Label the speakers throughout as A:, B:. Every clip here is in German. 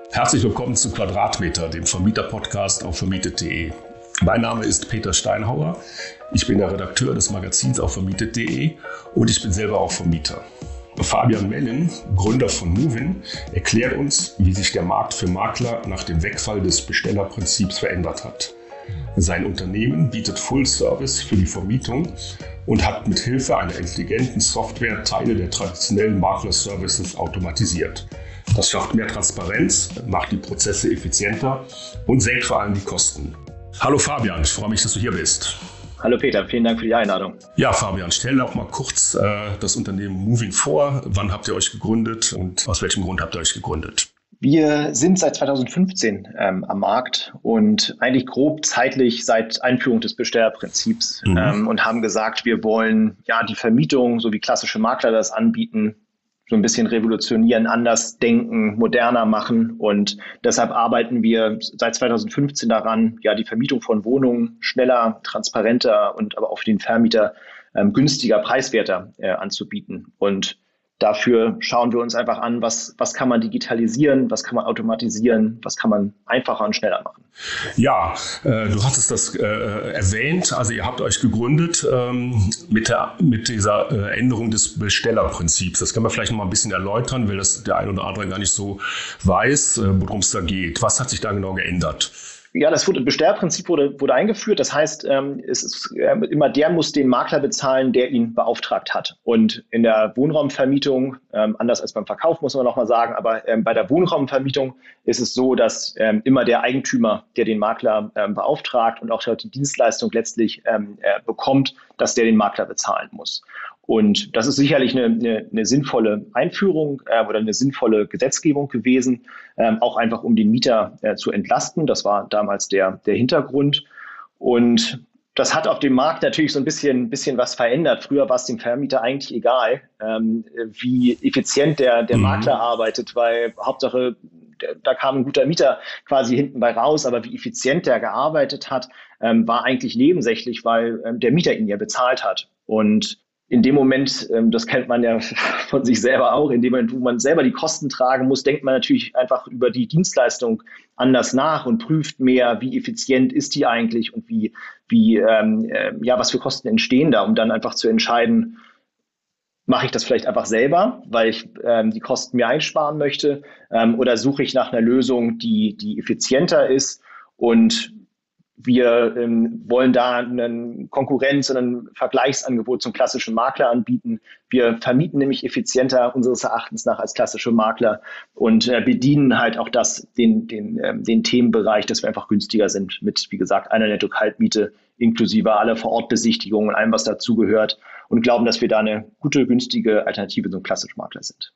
A: Herzlich willkommen zu Quadratmeter, dem Vermieter-Podcast auf vermietet.de. Mein Name ist Peter Steinhauer, ich bin der Redakteur des Magazins auf vermietet.de und ich bin selber auch Vermieter. Fabian Mellin, Gründer von Movin, erklärt uns, wie sich der Markt für Makler nach dem Wegfall des Bestellerprinzips verändert hat. Sein Unternehmen bietet Full Service für die Vermietung und hat mit Hilfe einer intelligenten Software Teile der traditionellen Makler-Services automatisiert. Das schafft mehr Transparenz, macht die Prozesse effizienter und senkt vor allem die Kosten. Hallo Fabian, ich freue mich, dass du hier bist.
B: Hallo Peter, vielen Dank für die Einladung.
A: Ja, Fabian, stell doch mal kurz das Unternehmen Movin vor. Wann habt ihr euch gegründet und aus welchem Grund habt ihr euch gegründet?
B: Wir sind seit 2015 am Markt und eigentlich grob zeitlich seit Einführung des Bestellerprinzips und haben gesagt, wir wollen ja die Vermietung, so wie klassische Makler das anbieten, so ein bisschen revolutionieren, anders denken, moderner machen. Und deshalb arbeiten wir seit 2015 daran, ja, die Vermietung von Wohnungen schneller, transparenter und aber auch für den Vermieter günstiger, preiswerter anzubieten. Und dafür schauen wir uns einfach an, was kann man digitalisieren, was kann man automatisieren, was kann man einfacher und schneller machen.
A: Ja, du hattest das erwähnt, also ihr habt euch gegründet mit dieser Änderung des Bestellerprinzips. Das kann man vielleicht noch mal ein bisschen erläutern, weil das der ein oder andere gar nicht so weiß, worum es da geht. Was hat sich da genau geändert?
B: Ja, das Bestellerprinzip wurde eingeführt. Das heißt, es ist immer der muss den Makler bezahlen, der ihn beauftragt hat. Und in der Wohnraumvermietung, anders als beim Verkauf, muss man noch mal sagen, aber bei der Wohnraumvermietung ist es so, dass immer der Eigentümer, der den Makler beauftragt und auch die Dienstleistung letztlich bekommt, dass der den Makler bezahlen muss. Und das ist sicherlich eine sinnvolle Einführung oder eine sinnvolle Gesetzgebung gewesen, auch einfach um den Mieter zu entlasten. Das war damals der Hintergrund. Und das hat auf dem Markt natürlich so ein bisschen was verändert. Früher war es dem Vermieter eigentlich egal, wie effizient der Makler arbeitet, weil Hauptsache, da kam ein guter Mieter quasi hinten bei raus, aber wie effizient der gearbeitet hat, war eigentlich nebensächlich, weil der Mieter ihn ja bezahlt hat. Und in dem Moment, das kennt man ja von sich selber auch, in dem Moment, wo man selber die Kosten tragen muss, denkt man natürlich einfach über die Dienstleistung anders nach und prüft mehr, wie effizient ist die eigentlich und was für Kosten entstehen da, um dann einfach zu entscheiden, mache ich das vielleicht einfach selber, weil ich die Kosten mir einsparen möchte, oder suche ich nach einer Lösung, die effizienter ist. Und wir wollen da eine Konkurrenz und ein Vergleichsangebot zum klassischen Makler anbieten. Wir vermieten nämlich effizienter unseres Erachtens nach als klassische Makler und bedienen halt auch den Themenbereich, dass wir einfach günstiger sind mit, wie gesagt, einer Netto-Kaltmiete inklusive aller Vorortbesichtigungen und allem, was dazugehört, und glauben, dass wir da eine gute, günstige Alternative zum klassischen Makler sind.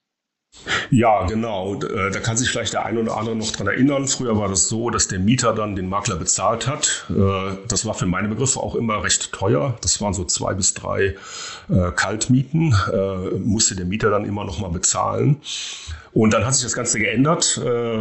A: Ja, genau. Da kann sich vielleicht der eine oder andere noch dran erinnern. Früher war das so, dass der Mieter dann den Makler bezahlt hat. Das war für meine Begriffe auch immer recht teuer. Das waren so 2 bis 3 Kaltmieten. Musste der Mieter dann immer noch mal bezahlen. Und dann hat sich das Ganze geändert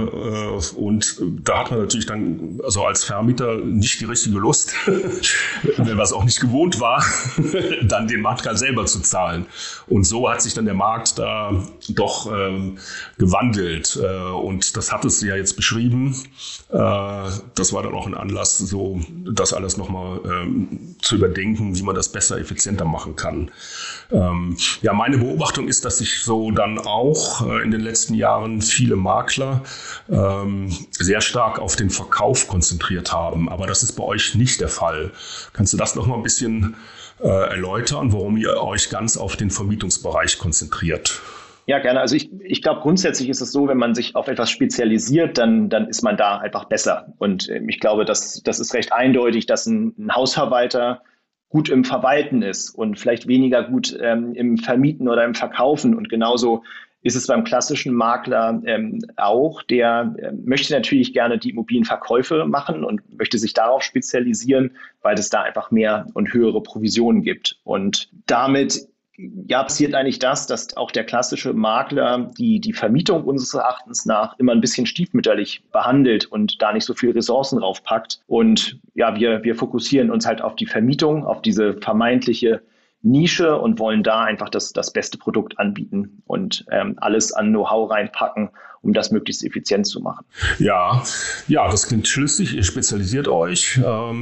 A: und da hat man natürlich dann, also als Vermieter, nicht die richtige Lust, wenn man es auch nicht gewohnt war, dann den Makler selber zu zahlen. Und so hat sich dann der Markt da doch gewandelt und das hat es ja jetzt beschrieben. Das war dann auch ein Anlass, so das alles nochmal zu überdenken, wie man das besser, effizienter machen kann. Ja, meine Beobachtung ist, dass sich so dann auch in den letzten Jahren viele Makler sehr stark auf den Verkauf konzentriert haben. Aber das ist bei euch nicht der Fall. Kannst du das noch mal ein bisschen erläutern, warum ihr euch ganz auf den Vermietungsbereich konzentriert?
B: Ja, gerne. Also ich glaube, grundsätzlich ist es so, wenn man sich auf etwas spezialisiert, dann ist man da einfach besser. Und ich glaube, das ist recht eindeutig, dass ein Hausverwalter gut im Verwalten ist und vielleicht weniger gut im Vermieten oder im Verkaufen. Und genauso ist es beim klassischen Makler auch. Der möchte natürlich gerne die Immobilienverkäufe machen und möchte sich darauf spezialisieren, weil es da einfach mehr und höhere Provisionen gibt. Und damit passiert eigentlich dass auch der klassische Makler die Vermietung unseres Erachtens nach immer ein bisschen stiefmütterlich behandelt und da nicht so viel Ressourcen draufpackt. Und ja, wir fokussieren uns halt auf die Vermietung, auf diese vermeintliche Nische und wollen da einfach das beste Produkt anbieten und alles an Know-how reinpacken, um das möglichst effizient zu machen.
A: Ja, das klingt schlüssig. Ihr spezialisiert euch.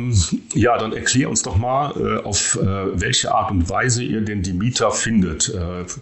A: Dann erklär uns doch mal, auf welche Art und Weise ihr denn die Mieter findet.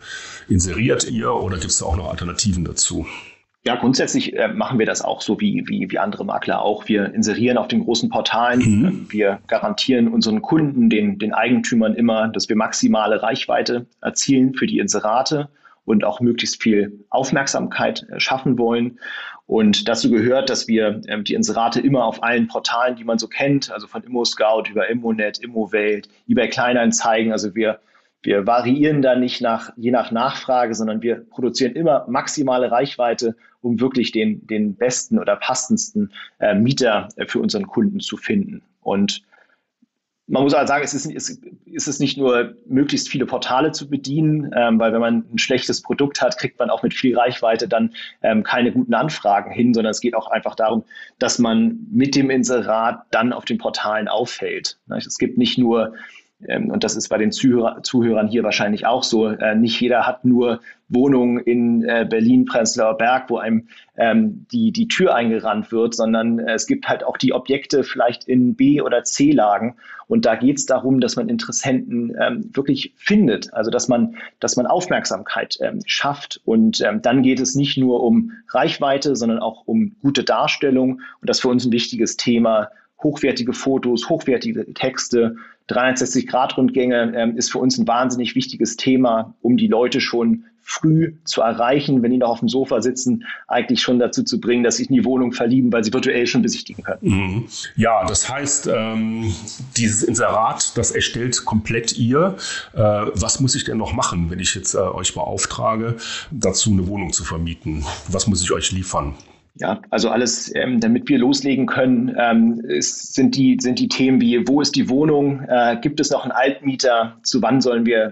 A: Inseriert ihr oder gibt es da auch noch Alternativen dazu?
B: Ja, grundsätzlich machen wir das auch so wie andere Makler auch. Wir inserieren auf den großen Portalen. Wir garantieren unseren Kunden, den Eigentümern immer, dass wir maximale Reichweite erzielen für die Inserate und auch möglichst viel Aufmerksamkeit schaffen wollen. Und dazu gehört, dass wir die Inserate immer auf allen Portalen, die man so kennt, also von ImmoScout über Immonet, Immowelt, eBay Kleinanzeigen, also wir variieren da nicht je nach Nachfrage, sondern wir produzieren immer maximale Reichweite, um wirklich den besten oder passendsten Mieter für unseren Kunden zu finden. Und man muss halt sagen, es ist nicht nur möglichst viele Portale zu bedienen, weil wenn man ein schlechtes Produkt hat, kriegt man auch mit viel Reichweite dann keine guten Anfragen hin, sondern es geht auch einfach darum, dass man mit dem Inserat dann auf den Portalen auffällt. Es gibt nicht nur und das ist bei den Zuhörern hier wahrscheinlich auch so. Nicht jeder hat nur Wohnungen in Berlin, Prenzlauer Berg, wo einem die Tür eingerannt wird, sondern es gibt halt auch die Objekte vielleicht in B- oder C-Lagen. Und da geht es darum, dass man Interessenten wirklich findet, also dass man Aufmerksamkeit schafft. Und dann geht es nicht nur um Reichweite, sondern auch um gute Darstellung. Und das ist für uns ein wichtiges Thema. Hochwertige Fotos, hochwertige Texte, 360-Grad-Rundgänge ist für uns ein wahnsinnig wichtiges Thema, um die Leute schon früh zu erreichen, wenn die noch auf dem Sofa sitzen, eigentlich schon dazu zu bringen, dass sie sich in die Wohnung verlieben, weil sie virtuell schon besichtigen können.
A: Ja, das heißt, dieses Inserat, das erstellt komplett ihr. Was muss ich denn noch machen, wenn ich jetzt euch beauftrage, dazu eine Wohnung zu vermieten? Was muss ich euch liefern?
B: Ja, also alles, damit wir loslegen können, sind die Themen wie, wo ist die Wohnung? Gibt es noch einen Altmieter? Zu wann sollen wir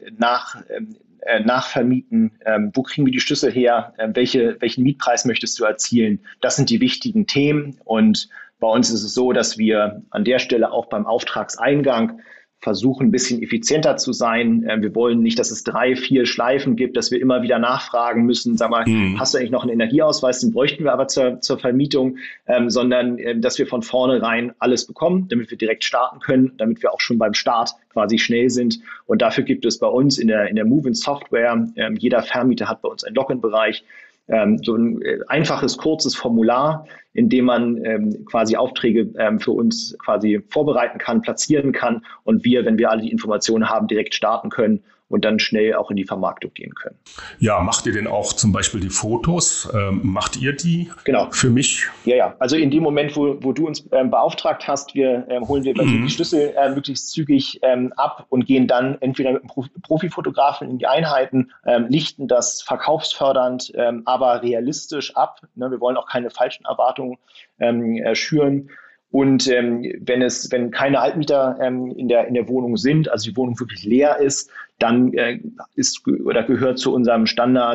B: nachvermieten? Wo kriegen wir die Schlüssel her? Welchen Mietpreis möchtest du erzielen? Das sind die wichtigen Themen. Und bei uns ist es so, dass wir an der Stelle auch beim Auftragseingang versuchen, ein bisschen effizienter zu sein. Wir wollen nicht, dass es 3, 4 Schleifen gibt, dass wir immer wieder nachfragen müssen. Sag mal, hast du eigentlich noch einen Energieausweis? Den bräuchten wir aber zur Vermietung, sondern dass wir von vornherein alles bekommen, damit wir direkt starten können, damit wir auch schon beim Start quasi schnell sind. Und dafür gibt es bei uns in der Move-in-Software, jeder Vermieter hat bei uns einen Login-Bereich, so ein einfaches, kurzes Formular, in dem man quasi Aufträge für uns quasi vorbereiten kann, platzieren kann und wir, wenn wir alle die Informationen haben, direkt starten können und dann schnell auch in die Vermarktung gehen können.
A: Ja, macht ihr denn auch zum Beispiel die Fotos? Macht ihr die für mich?
B: Ja. Also in dem Moment, wo du uns beauftragt hast, holen wir die Schlüssel möglichst zügig ab und gehen dann entweder mit einem Profifotografen in die Einheiten, lichten das verkaufsfördernd, aber realistisch ab. Ne? Wir wollen auch keine falschen Erwartungen schüren. Und wenn keine Altmieter in der Wohnung sind, also die Wohnung wirklich leer ist, dann gehört zu unserem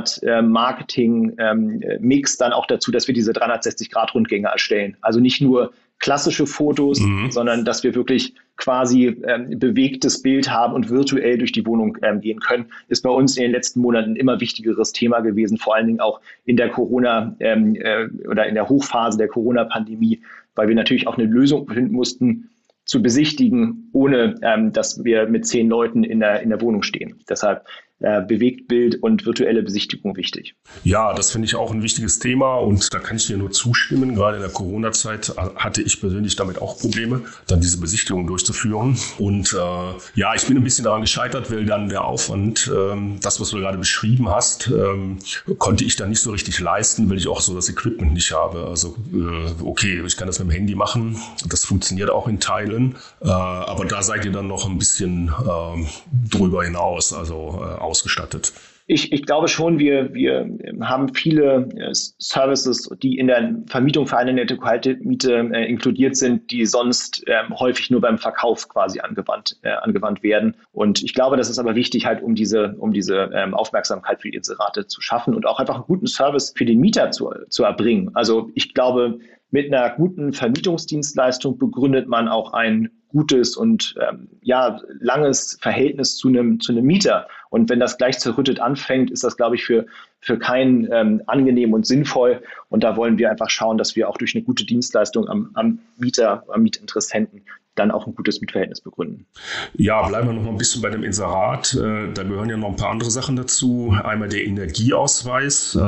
B: Standard-Marketing-Mix dann auch dazu, dass wir diese 360-Grad-Rundgänge erstellen. Also nicht nur klassische Fotos, sondern dass wir wirklich quasi bewegtes Bild haben und virtuell durch die Wohnung gehen können, ist bei uns in den letzten Monaten ein immer wichtigeres Thema gewesen, vor allen Dingen auch in der Corona- oder in der Hochphase der Corona-Pandemie, weil wir natürlich auch eine Lösung finden mussten, zu besichtigen, ohne dass wir mit 10 Leuten in der Wohnung stehen. Deshalb Bewegtbild und virtuelle Besichtigung wichtig.
A: Ja, das finde ich auch ein wichtiges Thema und da kann ich dir nur zustimmen. Gerade in der Corona-Zeit hatte ich persönlich damit auch Probleme, dann diese Besichtigung durchzuführen. Und ich bin ein bisschen daran gescheitert, weil dann der Aufwand, das, was du gerade beschrieben hast, konnte ich dann nicht so richtig leisten, weil ich auch so das Equipment nicht habe. Also okay, ich kann das mit dem Handy machen, das funktioniert auch in Teilen, aber da seid ihr dann noch ein bisschen drüber hinaus, also ausgestattet.
B: Ich glaube schon, wir haben viele Services, die in der Vermietung für eine nette Kaltmiete inkludiert sind, die sonst häufig nur beim Verkauf quasi angewandt werden. Und ich glaube, das ist aber wichtig, halt um diese Aufmerksamkeit für die Inserate zu schaffen und auch einfach einen guten Service für den Mieter zu erbringen. Also ich glaube, mit einer guten Vermietungsdienstleistung begründet man auch ein gutes und langes Verhältnis zu einem Mieter. Und wenn das gleich zerrüttet anfängt, ist das, glaube ich, für keinen angenehm und sinnvoll. Und da wollen wir einfach schauen, dass wir auch durch eine gute Dienstleistung am Mieter, am Mietinteressenten dann auch ein gutes Mietverhältnis begründen.
A: Ja, bleiben wir noch mal ein bisschen bei dem Inserat. Da gehören ja noch ein paar andere Sachen dazu. Einmal der Energieausweis.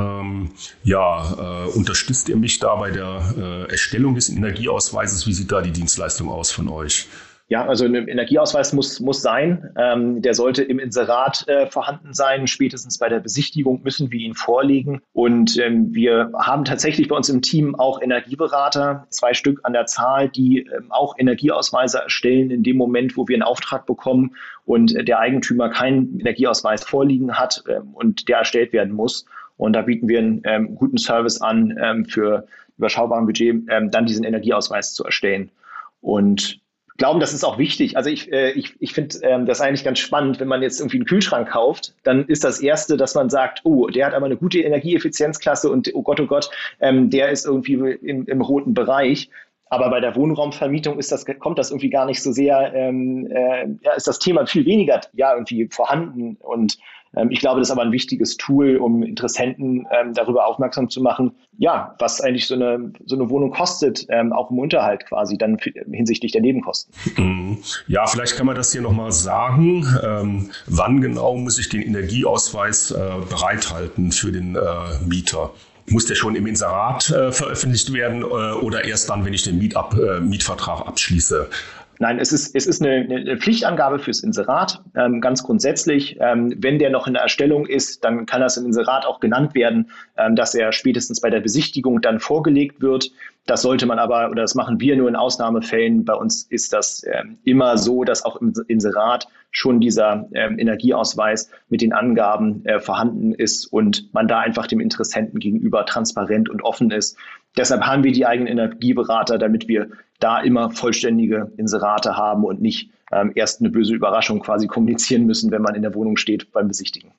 A: Unterstützt ihr mich da bei der Erstellung des Energieausweises? Wie sieht da die Dienstleistung aus von euch?
B: Ja, also ein Energieausweis muss sein. Der sollte im Inserat vorhanden sein. Spätestens bei der Besichtigung müssen wir ihn vorlegen. Und wir haben tatsächlich bei uns im Team auch Energieberater, 2 Stück an der Zahl, die auch Energieausweise erstellen in dem Moment, wo wir einen Auftrag bekommen und der Eigentümer keinen Energieausweis vorliegen hat und der erstellt werden muss. Und da bieten wir einen guten Service an, für überschaubaren Budget dann diesen Energieausweis zu erstellen. Und glauben, das ist auch wichtig. Also ich finde das eigentlich ganz spannend, wenn man jetzt irgendwie einen Kühlschrank kauft, dann ist das Erste, dass man sagt, oh, der hat aber eine gute Energieeffizienzklasse und oh Gott, der ist irgendwie im roten Bereich. Aber bei der Wohnraumvermietung kommt das irgendwie gar nicht so sehr, ist das Thema viel weniger irgendwie vorhanden. Und ich glaube, das ist aber ein wichtiges Tool, um Interessenten darüber aufmerksam zu machen, was eigentlich so eine Wohnung kostet, auch im Unterhalt quasi, dann hinsichtlich der Nebenkosten.
A: Ja, vielleicht kann man das hier nochmal sagen. Wann genau muss ich den Energieausweis bereithalten für den Mieter? Muss der schon im Inserat veröffentlicht werden oder erst dann, wenn ich den Mietvertrag abschließe?
B: Nein, es ist eine Pflichtangabe fürs Inserat, ganz grundsätzlich. Wenn der noch in der Erstellung ist, dann kann das im Inserat auch genannt werden, dass er spätestens bei der Besichtigung dann vorgelegt wird. Das sollte man aber, oder das machen wir nur in Ausnahmefällen. Bei uns ist das immer so, dass auch im Inserat schon dieser Energieausweis mit den Angaben vorhanden ist und man da einfach dem Interessenten gegenüber transparent und offen ist. Deshalb haben wir die eigenen Energieberater, damit wir da immer vollständige Inserate haben und nicht erst eine böse Überraschung quasi kommunizieren müssen, wenn man in der Wohnung steht beim Besichtigen.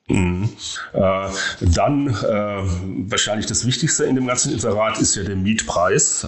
A: Dann wahrscheinlich das Wichtigste in dem ganzen Inserat ist ja der Mietpreis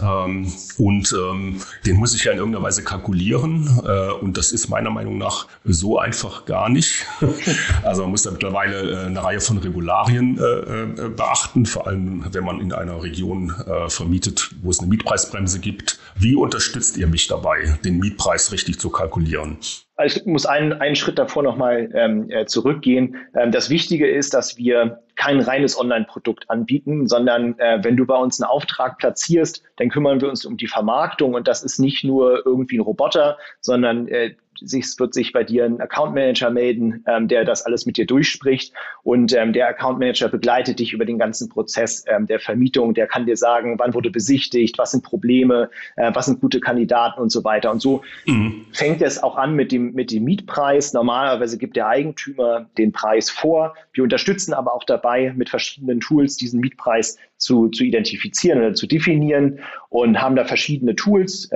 A: den muss ich ja in irgendeiner Weise kalkulieren und das ist meiner Meinung nach so einfach gar nicht. Also man muss da mittlerweile eine Reihe von Regularien beachten, vor allem wenn man in einer Region vermietet, wo es eine Mietpreisbremse gibt. Wie unterstützt ihr mich dabei, den Mietpreis richtig zu kalkulieren?
B: Also ich muss einen Schritt davor nochmal zurückgehen. Das Wichtige ist, dass wir kein reines Online-Produkt anbieten, sondern wenn du bei uns einen Auftrag platzierst, dann kümmern wir uns um die Vermarktung und das ist nicht nur irgendwie ein Roboter, sondern wird sich bei dir ein Account Manager melden, der das alles mit dir durchspricht und der Account Manager begleitet dich über den ganzen Prozess der Vermietung. Der kann dir sagen, wann wurde besichtigt, was sind Probleme, was sind gute Kandidaten und so weiter. Und so fängt es auch an mit dem Mietpreis. Normalerweise gibt der Eigentümer den Preis vor. Wir unterstützen aber auch dabei, mit verschiedenen Tools diesen Mietpreis zu identifizieren oder zu definieren und haben da verschiedene Tools,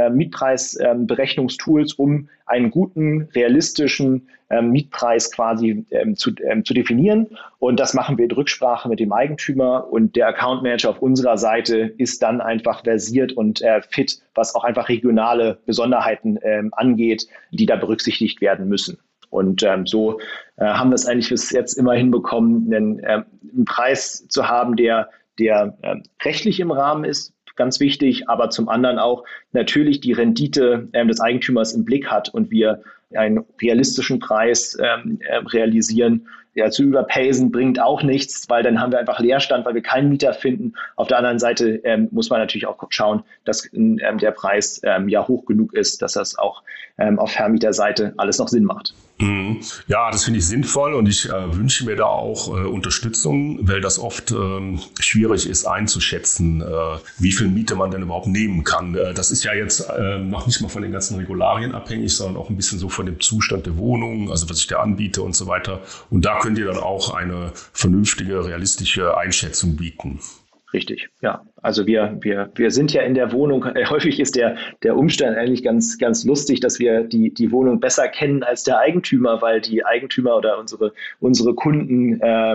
B: Mietpreisberechnungstools, um einen guten, realistischen Mietpreis quasi zu definieren. Und das machen wir in Rücksprache mit dem Eigentümer und der Account Manager auf unserer Seite ist dann einfach versiert und fit, was auch einfach regionale Besonderheiten angeht, die da berücksichtigt werden müssen. Und so haben wir es eigentlich bis jetzt immer hinbekommen, einen Preis zu haben, der rechtlich im Rahmen ist, ganz wichtig, aber zum anderen auch natürlich die Rendite des Eigentümers im Blick hat und wir einen realistischen Preis realisieren. Ja, zu überpacen bringt auch nichts, weil dann haben wir einfach Leerstand, weil wir keinen Mieter finden. Auf der anderen Seite muss man natürlich auch schauen, dass der Preis hoch genug ist, dass das auch auf Vermieterseite alles noch Sinn macht.
A: Ja, das finde ich sinnvoll und ich wünsche mir da auch Unterstützung, weil das oft schwierig ist einzuschätzen, wie viel Miete man denn überhaupt nehmen kann. Das ist ja jetzt noch nicht mal von den ganzen Regularien abhängig, sondern auch ein bisschen so von dem Zustand der Wohnung, also was ich da anbiete und so weiter. Und da könnt ihr dann auch eine vernünftige, realistische Einschätzung bieten.
B: Richtig, ja. Also wir sind ja in der Wohnung, häufig ist der Umstand eigentlich ganz, ganz lustig, dass wir die Wohnung besser kennen als der Eigentümer, weil die Eigentümer oder unsere Kunden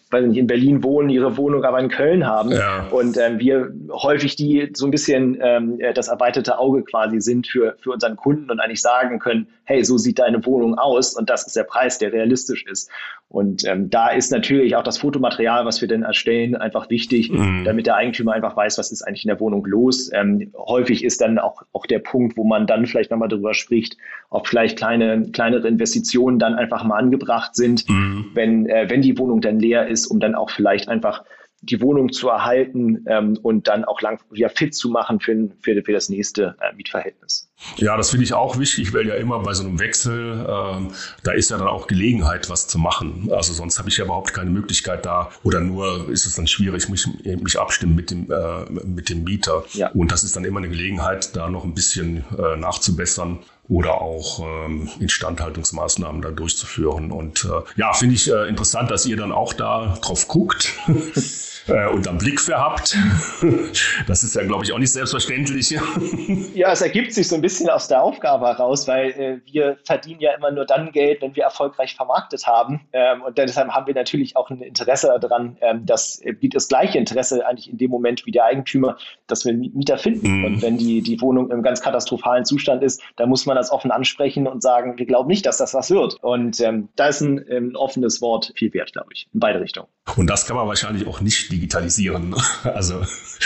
B: weiß nicht, in Berlin wohnen, ihre Wohnung aber in Köln haben. Ja. Und wir häufig die so ein bisschen das erweiterte Auge quasi sind für unseren Kunden und eigentlich sagen können, hey, so sieht deine Wohnung aus und das ist der Preis, der realistisch ist. Und da ist natürlich auch das Fotomaterial, was wir denn erstellen, einfach wichtig, damit der Eigentümer einfach weiß, was ist eigentlich in der Wohnung los. Häufig ist dann auch der Punkt, wo man dann vielleicht nochmal darüber spricht, ob vielleicht kleinere Investitionen dann einfach mal angebracht sind, wenn die Wohnung dann leer ist, um dann auch vielleicht einfach die Wohnung zu erhalten und dann auch lang wieder fit zu machen für das nächste Mietverhältnis.
A: Ja, das finde ich auch wichtig, weil ja immer bei so einem Wechsel, da ist ja dann auch Gelegenheit, was zu machen. Also sonst habe ich ja überhaupt keine Möglichkeit da oder nur ist es dann schwierig, mich abstimmen mit dem Mieter. Ja. Und das ist dann immer eine Gelegenheit, da noch ein bisschen nachzubessern oder auch Instandhaltungsmaßnahmen da durchzuführen. Und finde ich interessant, dass ihr dann auch da drauf guckt. Und einen Blick für habt. Das ist ja, glaube ich, auch nicht selbstverständlich.
B: Ja, es ergibt sich so ein bisschen aus der Aufgabe heraus, weil wir verdienen ja immer nur dann Geld, wenn wir erfolgreich vermarktet haben. Und deshalb haben wir natürlich auch ein Interesse daran, das gleiche Interesse eigentlich in dem Moment wie der Eigentümer, dass wir Mieter finden. Und wenn die Wohnung im ganz katastrophalen Zustand ist, dann muss man das offen ansprechen und sagen, wir glauben nicht, dass das was wird. Und da ist ein offenes Wort viel wert, glaube ich, in beide Richtungen.
A: Und das kann man wahrscheinlich auch nicht digitalisieren. Also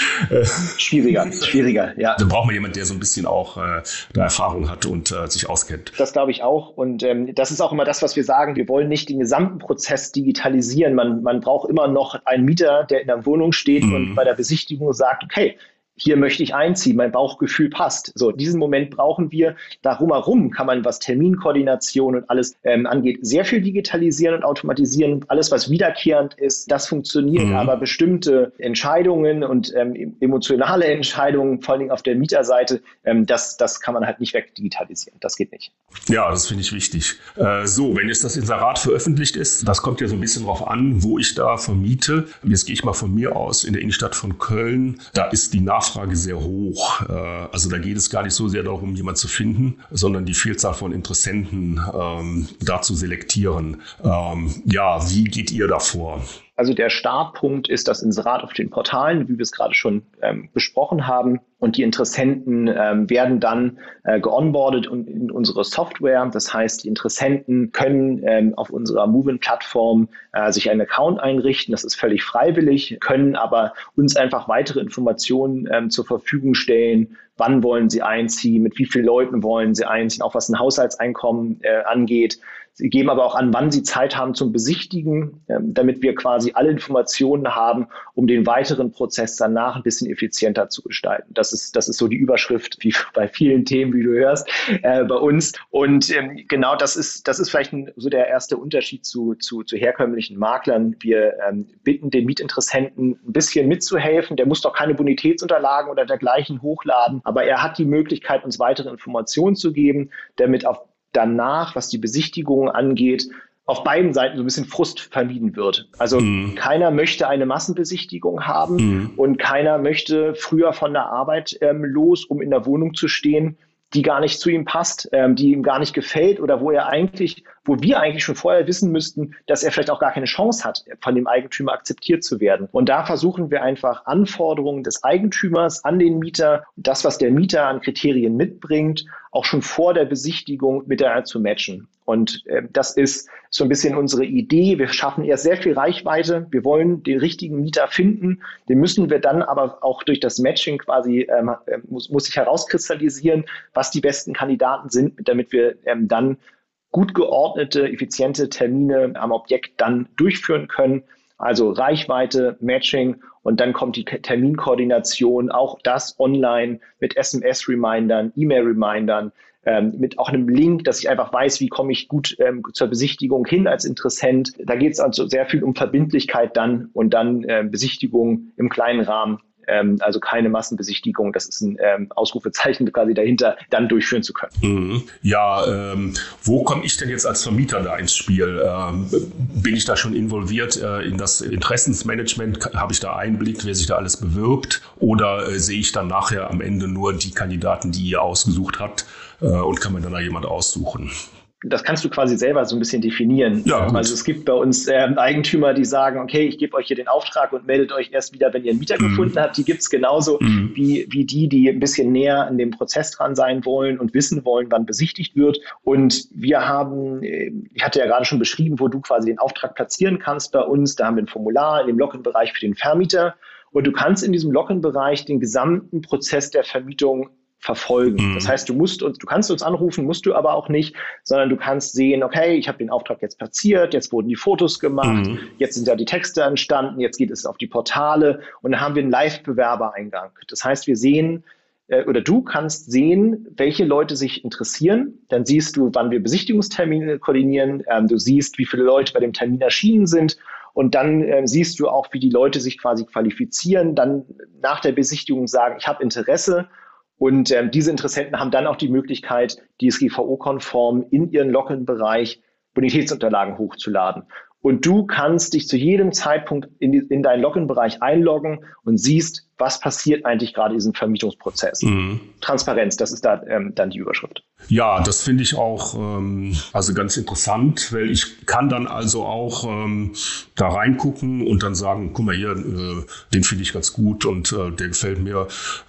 B: schwieriger, ja.
A: Da braucht man jemanden, der so ein bisschen auch da Erfahrung hat und sich auskennt.
B: Das glaube ich auch. Und das ist auch immer das, was wir sagen. Wir wollen nicht den gesamten Prozess digitalisieren. Man braucht immer noch einen Mieter, der in der Wohnung steht und bei der Besichtigung sagt, okay, hier möchte ich einziehen, mein Bauchgefühl passt. So, diesen Moment brauchen wir. Darum herum kann man, was Terminkoordination und alles angeht, sehr viel digitalisieren und automatisieren. Alles, was wiederkehrend ist, das funktioniert. Aber bestimmte Entscheidungen und emotionale Entscheidungen, vor allen Dingen auf der Mieterseite, das kann man halt nicht wegdigitalisieren. Das geht nicht.
A: Ja, das finde ich wichtig. Wenn jetzt das Inserat veröffentlicht ist, das kommt ja so ein bisschen drauf an, wo ich da vermiete. Jetzt gehe ich mal von mir aus in der Innenstadt von Köln. Da ist die Nachfrage sehr hoch. Also da geht es gar nicht so sehr darum, jemanden zu finden, sondern die Vielzahl von Interessenten da zu selektieren. Wie geht ihr davor?
B: Also der Startpunkt ist das Inserat auf den Portalen, wie wir es gerade schon besprochen haben. Und die Interessenten werden dann geonboardet in unsere Software. Das heißt, die Interessenten können auf unserer Move-In-Plattform sich einen Account einrichten. Das ist völlig freiwillig, können aber uns einfach weitere Informationen zur Verfügung stellen. Wann wollen sie einziehen? Mit wie vielen Leuten wollen sie einziehen? Auch was ein Haushaltseinkommen angeht. Sie geben aber auch an, wann sie Zeit haben zum Besichtigen, damit wir quasi alle Informationen haben, um den weiteren Prozess danach ein bisschen effizienter zu gestalten. Das ist so die Überschrift, wie bei vielen Themen, wie du hörst, bei uns. Und genau das ist vielleicht so der erste Unterschied zu herkömmlichen Maklern. Wir bitten den Mietinteressenten ein bisschen mitzuhelfen. Der muss doch keine Bonitätsunterlagen oder dergleichen hochladen, aber er hat die Möglichkeit, uns weitere Informationen zu geben, damit danach, was die Besichtigung angeht, auf beiden Seiten so ein bisschen Frust vermieden wird. Also keiner möchte eine Massenbesichtigung haben und keiner möchte früher von der Arbeit los, um in der Wohnung zu stehen, die gar nicht zu ihm passt, die ihm gar nicht gefällt oder wo wir eigentlich schon vorher wissen müssten, dass er vielleicht auch gar keine Chance hat, von dem Eigentümer akzeptiert zu werden. Und da versuchen wir einfach Anforderungen des Eigentümers an den Mieter, das, was der Mieter an Kriterien mitbringt, auch schon vor der Besichtigung miteinander zu matchen. Und das ist so ein bisschen unsere Idee. Wir schaffen erst sehr viel Reichweite. Wir wollen den richtigen Mieter finden. Den müssen wir dann aber auch durch das Matching quasi, muss sich herauskristallisieren, was die besten Kandidaten sind, damit wir dann gut geordnete, effiziente Termine am Objekt dann durchführen können. Also Reichweite, Matching und dann kommt die Terminkoordination, auch das online mit SMS-Remindern, E-Mail-Remindern, mit auch einem Link, dass ich einfach weiß, wie komme ich gut zur Besichtigung hin als Interessent. Da geht es also sehr viel um Verbindlichkeit dann und dann Besichtigung im kleinen Rahmen. Also keine Massenbesichtigung, das ist ein Ausrufezeichen quasi dahinter, dann durchführen zu können.
A: Ja, wo komme ich denn jetzt als Vermieter da ins Spiel? Bin ich da schon involviert in das Interessensmanagement? Habe ich da Einblick, wer sich da alles bewirbt? Oder sehe ich dann nachher am Ende nur die Kandidaten, die ihr ausgesucht habt und kann man dann da jemand aussuchen?
B: das kannst du quasi selber so ein bisschen definieren.
A: Ja,
B: also es gibt bei uns Eigentümer, die sagen, okay, ich gebe euch hier den Auftrag und meldet euch erst wieder, wenn ihr einen Mieter gefunden habt. Die gibt es genauso wie die ein bisschen näher an dem Prozess dran sein wollen und wissen wollen, wann besichtigt wird. Und wir haben, ich hatte ja gerade schon beschrieben, wo du quasi den Auftrag platzieren kannst bei uns. Da haben wir ein Formular in dem Login-Bereich für den Vermieter. Und du kannst in diesem Login-Bereich den gesamten Prozess der Vermietung verfolgen. Das heißt, du kannst uns anrufen, musst du aber auch nicht, sondern du kannst sehen, okay, ich habe den Auftrag jetzt platziert, jetzt wurden die Fotos gemacht, jetzt sind ja die Texte entstanden, jetzt geht es auf die Portale und dann haben wir einen Live-Bewerbereingang. Das heißt, wir sehen, oder du kannst sehen, welche Leute sich interessieren. Dann siehst du, wann wir Besichtigungstermine koordinieren. Du siehst, wie viele Leute bei dem Termin erschienen sind. Und dann siehst du auch, wie die Leute sich quasi qualifizieren, dann nach der Besichtigung sagen, ich habe Interesse. Und diese Interessenten haben dann auch die Möglichkeit, DSGVO-konform in ihren Login-Bereich Bonitätsunterlagen hochzuladen. Und du kannst dich zu jedem Zeitpunkt in deinen Login-Bereich einloggen und siehst, was passiert eigentlich gerade in diesem Vermietungsprozess. Transparenz, das ist da dann die Überschrift.
A: Ja, das finde ich auch also ganz interessant, weil ich kann dann also auch da reingucken und dann sagen, guck mal hier, den finde ich ganz gut und der gefällt mir,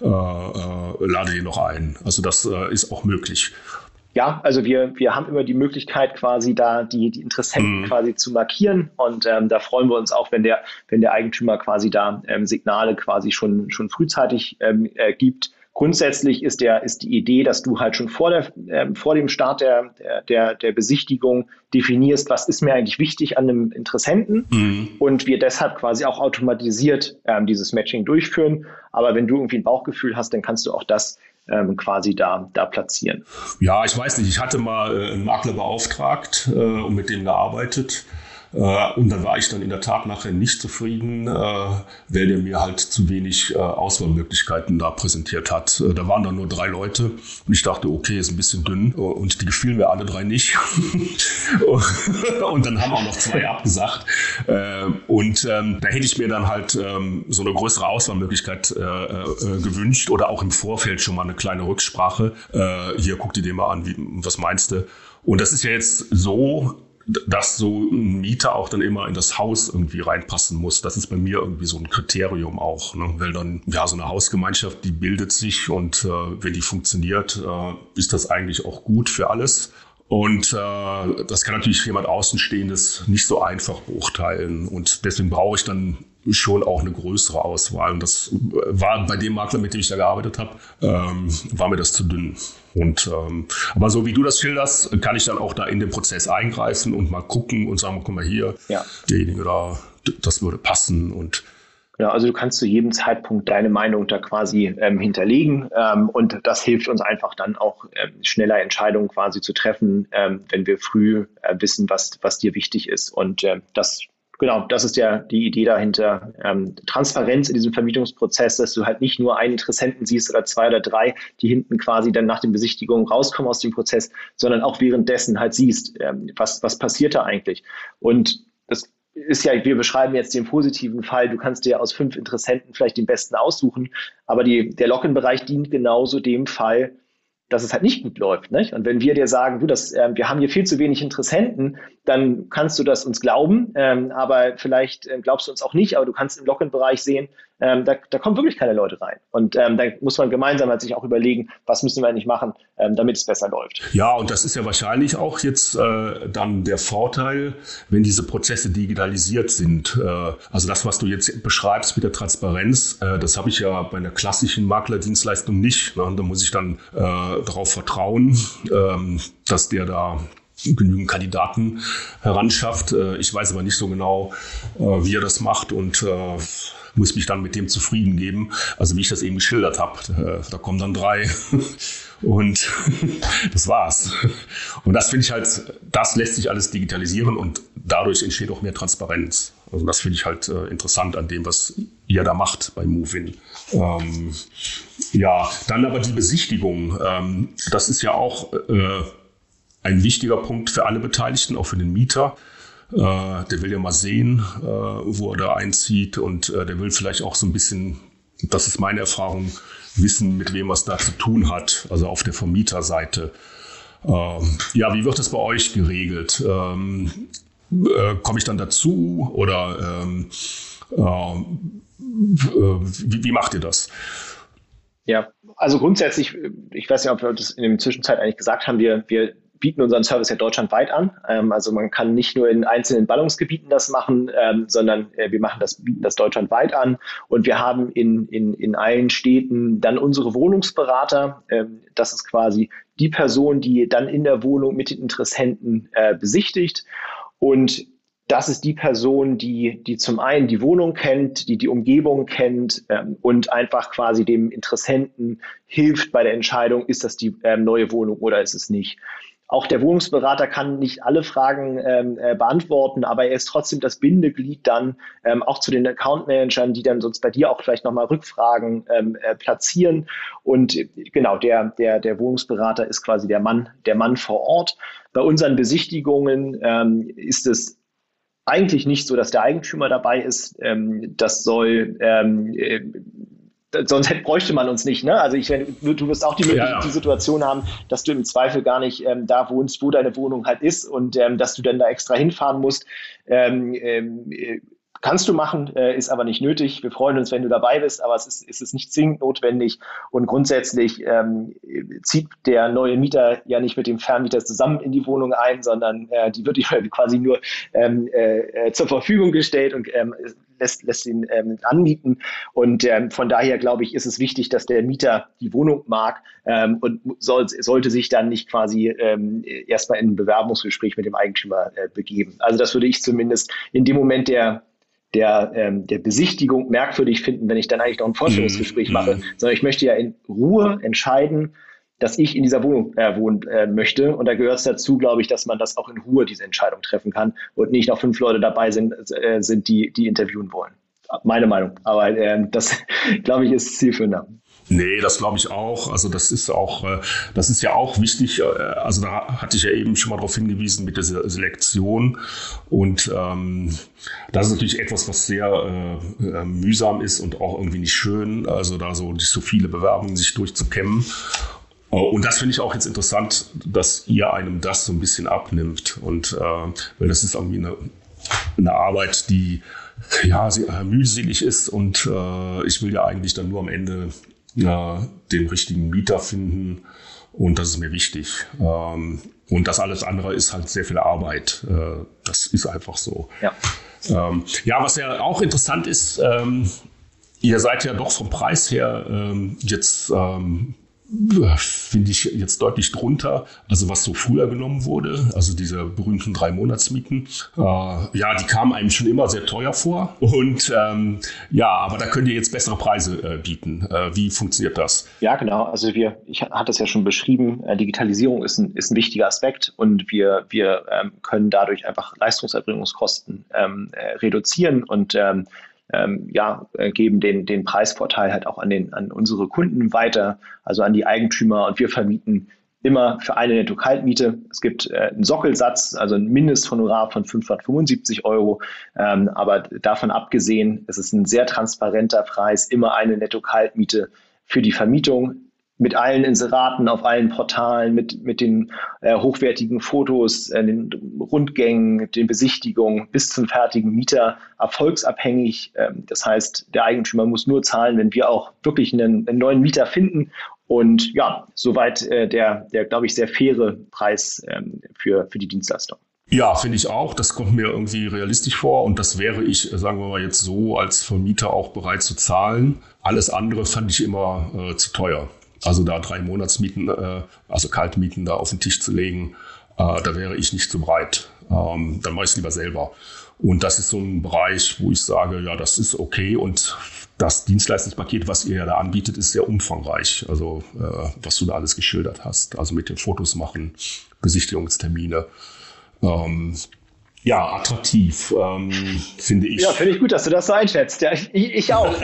A: lade den noch ein. Also das ist auch möglich.
B: Ja, also wir haben immer die Möglichkeit, quasi da die Interessenten quasi zu markieren. Und da freuen wir uns auch, wenn der Eigentümer quasi da Signale quasi schon frühzeitig gibt. Grundsätzlich ist die Idee, dass du halt schon vor dem Start der Besichtigung definierst, was ist mir eigentlich wichtig an einem Interessenten und wir deshalb quasi auch automatisiert dieses Matching durchführen. Aber wenn du irgendwie ein Bauchgefühl hast, dann kannst du auch das quasi da platzieren.
A: Ja, ich weiß nicht, ich hatte mal einen Makler beauftragt und mit dem gearbeitet. Und dann war ich dann in der Tat nachher nicht zufrieden, weil der mir halt zu wenig Auswahlmöglichkeiten da präsentiert hat. Da waren dann nur 3 Leute und ich dachte, okay, ist ein bisschen dünn und die gefielen mir alle 3 nicht. Und dann haben auch noch 2 abgesagt. Und da hätte ich mir dann halt so eine größere Auswahlmöglichkeit gewünscht oder auch im Vorfeld schon mal eine kleine Rücksprache. Hier, guck dir den mal an, was meinst du? Und das ist ja jetzt so, dass so ein Mieter auch dann immer in das Haus irgendwie reinpassen muss. Das ist bei mir irgendwie so ein Kriterium auch, ne? Weil dann, ja, so eine Hausgemeinschaft, die bildet sich und wenn die funktioniert, ist das eigentlich auch gut für alles. Und das kann natürlich jemand Außenstehendes nicht so einfach beurteilen. Und deswegen brauche ich dann schon auch eine größere Auswahl. Und das war bei dem Makler, mit dem ich da gearbeitet habe, war mir das zu dünn. Und aber so wie du das schilderst, kann ich dann auch da in den Prozess eingreifen und mal gucken und sagen, guck mal hier, derjenige da, das würde passen. Und
B: genau, also du kannst zu jedem Zeitpunkt deine Meinung da quasi hinterlegen und das hilft uns einfach dann auch schneller Entscheidungen quasi zu treffen, wenn wir früh wissen, was dir wichtig ist. Und das ist die Idee dahinter. Transparenz in diesem Vermietungsprozess, dass du halt nicht nur einen Interessenten siehst oder 2 oder 3, die hinten quasi dann nach den Besichtigungen rauskommen aus dem Prozess, sondern auch währenddessen halt siehst, was passiert da eigentlich. Und das ist ja, wir beschreiben jetzt den positiven Fall, du kannst dir aus 5 Interessenten vielleicht den besten aussuchen, aber der Login-Bereich dient genauso dem Fall, dass es halt nicht gut läuft. Nicht? Und wenn wir dir sagen, wir haben hier viel zu wenig Interessenten, dann kannst du das uns glauben, aber vielleicht glaubst du uns auch nicht, aber du kannst im Login-Bereich sehen, da kommen wirklich keine Leute rein. Und da muss man gemeinsam halt sich auch überlegen, was müssen wir eigentlich machen, damit es besser läuft.
A: Ja, und das ist ja wahrscheinlich auch jetzt dann der Vorteil, wenn diese Prozesse digitalisiert sind. Also das, was du jetzt beschreibst mit der Transparenz, das habe ich ja bei einer klassischen Maklerdienstleistung nicht. Ne? Da muss ich dann darauf vertrauen, dass der da genügend Kandidaten heranschafft. Ich weiß aber nicht so genau, wie er das macht und muss mich dann mit dem zufrieden geben. Also wie ich das eben geschildert habe. Da kommen dann 3 und das war's. Und das finde ich halt, das lässt sich alles digitalisieren und dadurch entsteht auch mehr Transparenz. Also das finde ich halt interessant an dem, was ihr da macht bei Move-In. Ja, dann aber die Besichtigung. Das ist ja auch ein wichtiger Punkt für alle Beteiligten, auch für den Mieter. Der will ja mal sehen, wo er da einzieht und der will vielleicht auch so ein bisschen, das ist meine Erfahrung, wissen, mit wem er es da zu tun hat, also auf der Vermieterseite. Ja, wie wird das bei euch geregelt? Komme ich dann dazu oder wie macht ihr das?
B: Ja, also grundsätzlich, ich weiß nicht, ob wir das in der Zwischenzeit eigentlich gesagt haben, wir bieten unseren Service ja deutschlandweit an. Also man kann nicht nur in einzelnen Ballungsgebieten das machen, sondern wir bieten das deutschlandweit an. Und wir haben in allen Städten dann unsere Wohnungsberater. Das ist quasi die Person, die dann in der Wohnung mit den Interessenten besichtigt. Und das ist die Person, die zum einen die Wohnung kennt, die Umgebung kennt und einfach quasi dem Interessenten hilft bei der Entscheidung, ist das die neue Wohnung oder ist es nicht. Auch der Wohnungsberater kann nicht alle Fragen beantworten, aber er ist trotzdem das Bindeglied dann auch zu den Account-Managern, die dann sonst bei dir auch vielleicht nochmal Rückfragen platzieren. Und genau, der Wohnungsberater ist quasi der Mann vor Ort. Bei unseren Besichtigungen ist es eigentlich nicht so, dass der Eigentümer dabei ist. Das soll, sonst bräuchte man uns nicht. Ne? Also du wirst auch die Situation haben, dass du im Zweifel gar nicht da wohnst, wo deine Wohnung halt ist und dass du dann da extra hinfahren musst. Kannst du machen, ist aber nicht nötig. Wir freuen uns, wenn du dabei bist, aber es ist nicht zwingend notwendig. Und grundsätzlich zieht der neue Mieter ja nicht mit dem Vermieter zusammen in die Wohnung ein, sondern die wird ihm quasi nur zur Verfügung gestellt und lässt ihn anmieten. Und von daher, glaube ich, ist es wichtig, dass der Mieter die Wohnung mag und sollte sich dann nicht quasi erstmal in ein Bewerbungsgespräch mit dem Eigentümer begeben. Also das würde ich zumindest in dem Moment der Besichtigung merkwürdig finden, wenn ich dann eigentlich noch ein Vorstellungsgespräch mache, sondern ich möchte ja in Ruhe entscheiden, dass ich in dieser Wohnung wohnen möchte. Und da gehört es dazu, glaube ich, dass man das auch in Ruhe diese Entscheidung treffen kann und nicht noch 5 Leute dabei sind, die interviewen wollen. Meine Meinung. Aber das, glaube ich, ist zielführender.
A: Nee, das glaube ich auch. Also das ist ja auch wichtig. Also da hatte ich ja eben schon mal darauf hingewiesen mit der Selektion. Und das ist natürlich etwas, was sehr mühsam ist und auch irgendwie nicht schön. Also da so viele Bewerbungen sich durchzukämmen. Und das finde ich auch jetzt interessant, dass ihr einem das so ein bisschen abnimmt. Und weil das ist irgendwie eine Arbeit, die sehr mühselig ist. Und ich will ja eigentlich dann nur am Ende den richtigen Mieter finden und das ist mir wichtig. Und das alles andere ist halt sehr viel Arbeit. Das ist einfach so.
B: Ja,
A: was ja auch interessant ist, ihr seid ja doch vom Preis her jetzt finde ich jetzt deutlich drunter, also was so früher genommen wurde, also diese berühmten 3 Monatsmieten. Die kamen einem schon immer sehr teuer vor und aber da könnt ihr jetzt bessere Preise bieten. Wie funktioniert das?
B: Ja, genau. Also ich hatte es ja schon beschrieben, Digitalisierung ist ein wichtiger Aspekt und wir können dadurch einfach Leistungserbringungskosten reduzieren und geben den Preisvorteil halt auch an unsere Kunden weiter, also an die Eigentümer. Und wir vermieten immer für eine Netto-Kaltmiete. Es gibt einen Sockelsatz, also ein Mindesthonorar von 575 €. Aber davon abgesehen, es ist ein sehr transparenter Preis, immer eine Netto-Kaltmiete für die Vermietung. Mit allen Inseraten auf allen Portalen, mit den hochwertigen Fotos, den Rundgängen, den Besichtigungen bis zum fertigen Mieter, erfolgsabhängig. Das heißt, der Eigentümer muss nur zahlen, wenn wir auch wirklich einen neuen Mieter finden. Und ja, soweit der glaube ich, sehr faire Preis für die Dienstleistung.
A: Ja, finde ich auch. Das kommt mir irgendwie realistisch vor und das wäre ich, sagen wir mal jetzt so, als Vermieter auch bereit zu zahlen. Alles andere fand ich immer zu teuer. Also da 3 Monatsmieten, also Kaltmieten da auf den Tisch zu legen, da wäre ich nicht so bereit. Dann mache ich es lieber selber. Und das ist so ein Bereich, wo ich sage, ja, das ist okay. Und das Dienstleistungspaket, was ihr ja da anbietet, ist sehr umfangreich. Also was du da alles geschildert hast. Also mit den Fotos machen, Besichtigungstermine. Attraktiv, finde ich.
B: Ja, finde ich gut, dass du das so einschätzt. Ja, ich auch.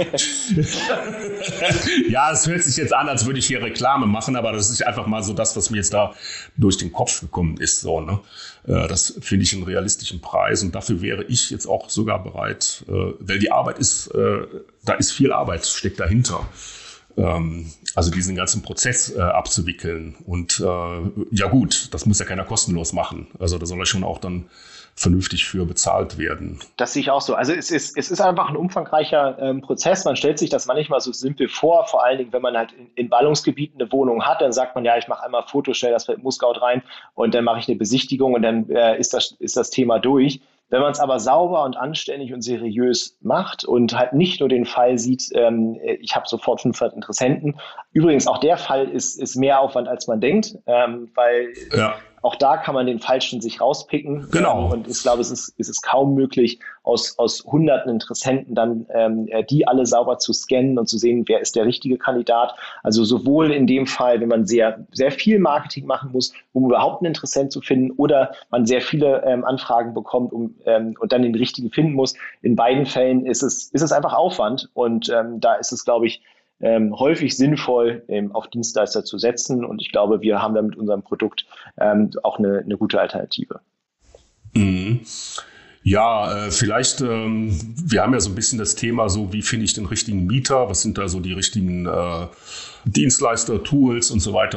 A: Ja, es hört sich jetzt an, als würde ich hier Reklame machen, aber das ist einfach mal so das, was mir jetzt da durch den Kopf gekommen ist. So, ne? Das finde ich einen realistischen Preis und dafür wäre ich jetzt auch sogar bereit, weil die Arbeit ist, da ist viel Arbeit, steckt dahinter. Also diesen ganzen Prozess abzuwickeln. Und ja gut, das muss ja keiner kostenlos machen. Also da soll er schon auch dann vernünftig für bezahlt werden.
B: Das sehe ich auch so. Also es ist einfach ein umfangreicher Prozess. Man stellt sich das manchmal so simpel vor, vor allen Dingen, wenn man halt in Ballungsgebieten eine Wohnung hat, dann sagt man, ja, ich mache einmal Fotos, stelle das bei ImmoScout rein und dann mache ich eine Besichtigung und dann ist das Thema durch. Wenn man es aber sauber und anständig und seriös macht und halt nicht nur den Fall sieht, ich habe sofort 500 Interessenten. Übrigens, auch der Fall ist mehr Aufwand, als man denkt, weil auch da kann man den Falschen sich rauspicken.
A: Genau.
B: Und ich glaube, es ist kaum möglich, aus hunderten Interessenten dann die alle sauber zu scannen und zu sehen, wer ist der richtige Kandidat. Also sowohl in dem Fall, wenn man sehr, sehr viel Marketing machen muss, um überhaupt einen Interessent zu finden, oder man sehr viele Anfragen bekommt und dann den richtigen finden muss. In beiden Fällen ist es einfach Aufwand und da ist es, glaube ich, häufig sinnvoll, auf Dienstleister zu setzen. Und ich glaube, wir haben da mit unserem Produkt auch eine gute Alternative.
A: Mhm. Ja, vielleicht, wir haben ja so ein bisschen das Thema so, wie finde ich den richtigen Mieter? Was sind da so die richtigen Dienstleister, Tools und so weiter?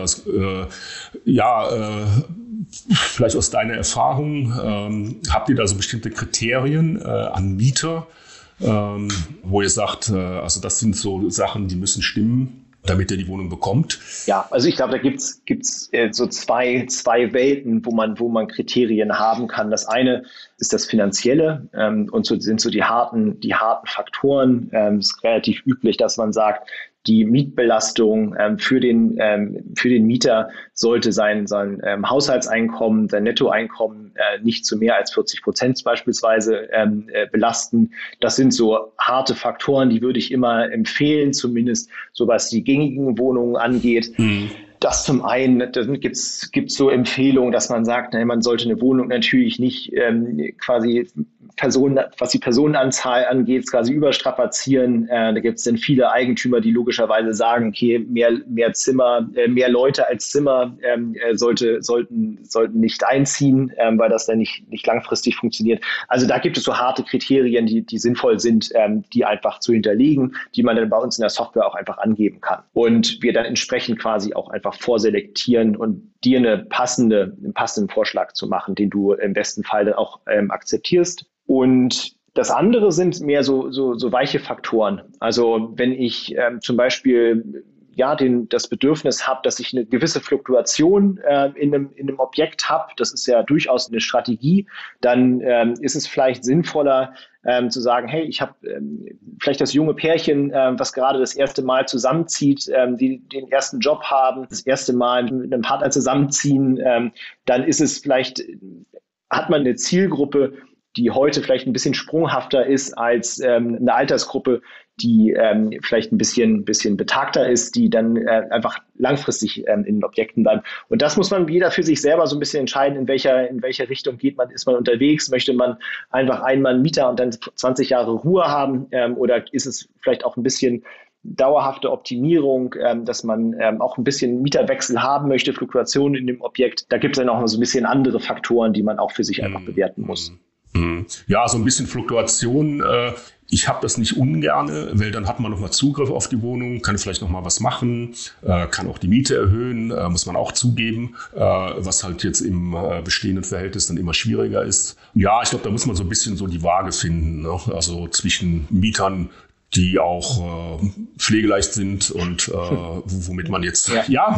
A: Vielleicht aus deiner Erfahrung, habt ihr da so bestimmte Kriterien an Mieter, wo ihr sagt, also das sind so Sachen, die müssen stimmen, damit er die Wohnung bekommt?
B: Ja, also ich glaube, da gibt's so zwei Welten, wo man Kriterien haben kann. Das eine ist das Finanzielle und sind so die harten Faktoren. Es ist relativ üblich, dass man sagt, die Mietbelastung für den Mieter sollte sein Haushaltseinkommen, sein Nettoeinkommen nicht zu mehr als 40% beispielsweise belasten. Das sind so harte Faktoren, die würde ich immer empfehlen, zumindest so was die gängigen Wohnungen angeht. Mhm. Das zum einen, dann gibt's so Empfehlungen, dass man sagt, man sollte eine Wohnung natürlich nicht was die Personenanzahl angeht, quasi überstrapazieren. Da gibt es dann viele Eigentümer, die logischerweise sagen, okay, mehr Zimmer, mehr Leute als Zimmer sollten nicht einziehen, weil das dann nicht langfristig funktioniert. Also da gibt es so harte Kriterien, die sinnvoll sind, die einfach zu hinterlegen, die man dann bei uns in der Software auch einfach angeben kann. Und wir dann entsprechend quasi auch einfach vorselektieren und dir einen passenden Vorschlag zu machen, den du im besten Fall dann auch akzeptierst. Und das andere sind mehr so weiche Faktoren. Also wenn ich zum Beispiel das Bedürfnis habe, dass ich eine gewisse Fluktuation in einem Objekt habe, das ist ja durchaus eine Strategie, dann ist es vielleicht sinnvoller zu sagen, hey, ich habe vielleicht das junge Pärchen, was gerade das erste Mal zusammenzieht, die den ersten Job haben, das erste Mal mit einem Partner zusammenziehen, dann ist es vielleicht, hat man eine Zielgruppe, die heute vielleicht ein bisschen sprunghafter ist als eine Altersgruppe, die vielleicht ein bisschen betagter ist, die dann einfach langfristig in den Objekten bleiben. Und das muss man jeder für sich selber so ein bisschen entscheiden, in welcher Richtung ist man unterwegs, möchte man einfach einmal einen Mieter und dann 20 Jahre Ruhe haben, oder ist es vielleicht auch ein bisschen dauerhafte Optimierung, dass man auch ein bisschen Mieterwechsel haben möchte, Fluktuationen in dem Objekt. Da gibt es dann auch noch so ein bisschen andere Faktoren, die man auch für sich einfach bewerten muss.
A: Ja, so ein bisschen Fluktuation. Ich habe das nicht ungerne, weil dann hat man nochmal Zugriff auf die Wohnung, kann vielleicht nochmal was machen, kann auch die Miete erhöhen, muss man auch zugeben, was halt jetzt im bestehenden Verhältnis dann immer schwieriger ist. Ja, ich glaube, da muss man so ein bisschen so die Waage finden, ne? Also zwischen Mietern, die auch pflegeleicht sind und womit man jetzt,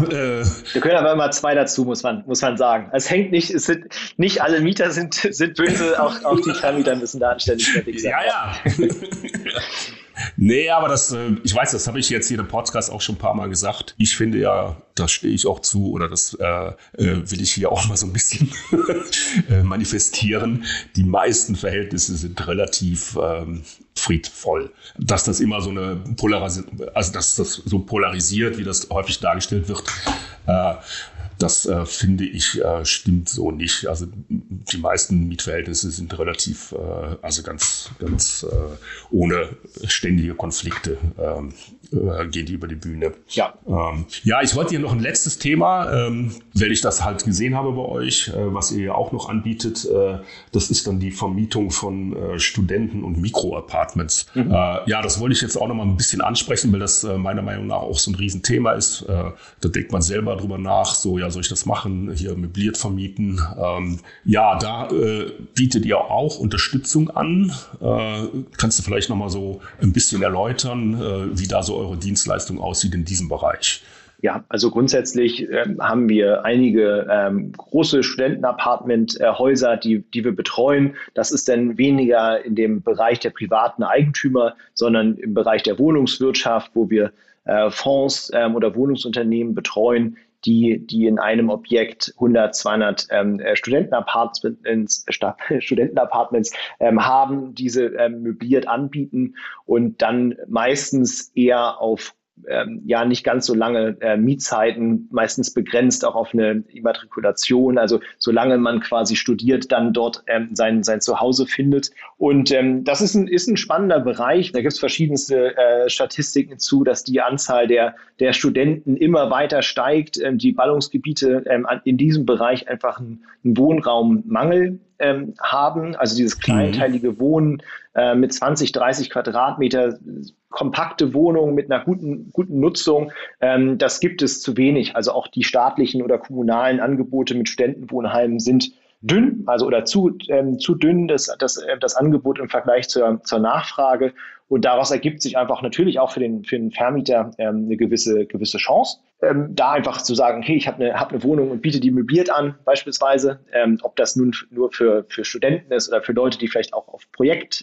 B: Wir können aber immer zwei dazu, muss man sagen. Es hängt nicht, nicht alle Mieter sind böse, auch die Vermieter müssen da anständig fertig sein.
A: Ja. Nee, aber ich weiß, das habe ich jetzt hier im Podcast auch schon ein paar Mal gesagt. Ich finde ja, da stehe ich auch zu, oder das will ich hier auch mal so ein bisschen manifestieren. Die meisten Verhältnisse sind relativ friedvoll. Dass das immer so dass das so polarisiert, wie das häufig dargestellt wird, Das finde ich stimmt so nicht. Also die meisten Mietverhältnisse sind relativ, also ganz ohne ständige Konflikte gehen die über die Bühne.
B: Ja.
A: Ja, ich wollte hier noch ein letztes Thema, weil ich das halt gesehen habe bei euch, was ihr ja auch noch anbietet. Das ist dann die Vermietung von Studenten- und Mikroapartments. Ja, das wollte ich jetzt auch noch mal ein bisschen ansprechen, weil das meiner Meinung nach auch so ein Riesenthema ist. Da denkt man selber drüber nach, so, ja, soll ich das machen, hier möbliert vermieten? Ja, da bietet ihr auch Unterstützung an. Kannst du vielleicht noch mal so ein bisschen erläutern, wie da so eure Dienstleistung aussieht in diesem Bereich?
B: Ja, also grundsätzlich haben wir einige große Studentenapartment-Häuser, die wir betreuen. Das ist dann weniger in dem Bereich der privaten Eigentümer, sondern im Bereich der Wohnungswirtschaft, wo wir Fonds oder Wohnungsunternehmen betreuen, die in einem Objekt 100, 200 Studentenapartments haben, diese möbliert anbieten und dann meistens eher auf nicht ganz so lange Mietzeiten, meistens begrenzt auch auf eine Immatrikulation, also solange man quasi studiert, dann dort sein Zuhause findet. Und das ist ein spannender Bereich. Da gibt es verschiedenste Statistiken zu, dass die Anzahl der Studenten immer weiter steigt. Die Ballungsgebiete in diesem Bereich einfach einen Wohnraummangel haben, also dieses kleinteilige Wohnen mit 20, 30 Quadratmeter, kompakte Wohnungen mit einer guten Nutzung, das gibt es zu wenig. Also auch die staatlichen oder kommunalen Angebote mit Studentenwohnheimen sind dünn, also oder zu dünn, das Angebot im Vergleich zur Nachfrage. Und daraus ergibt sich einfach natürlich auch für den Vermieter eine gewisse Chance. Da einfach zu sagen, hey, ich habe eine Wohnung und biete die möbliert an, beispielsweise, ob das nun nur für Studenten ist oder für Leute, die vielleicht auch auf Projekt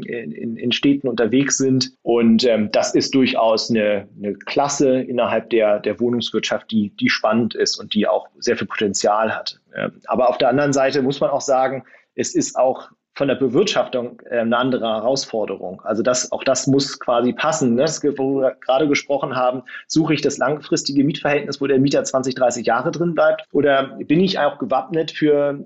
B: in Städten unterwegs sind. Und das ist durchaus eine Klasse innerhalb der Wohnungswirtschaft, die spannend ist und die auch sehr viel Potenzial hat. Aber auf der anderen Seite muss man auch sagen, es ist auch von der Bewirtschaftung eine andere Herausforderung. Also auch das muss quasi passen. Ne? Wo wir gerade gesprochen haben, suche ich das langfristige Mietverhältnis, wo der Mieter 20, 30 Jahre drin bleibt? Oder bin ich auch gewappnet für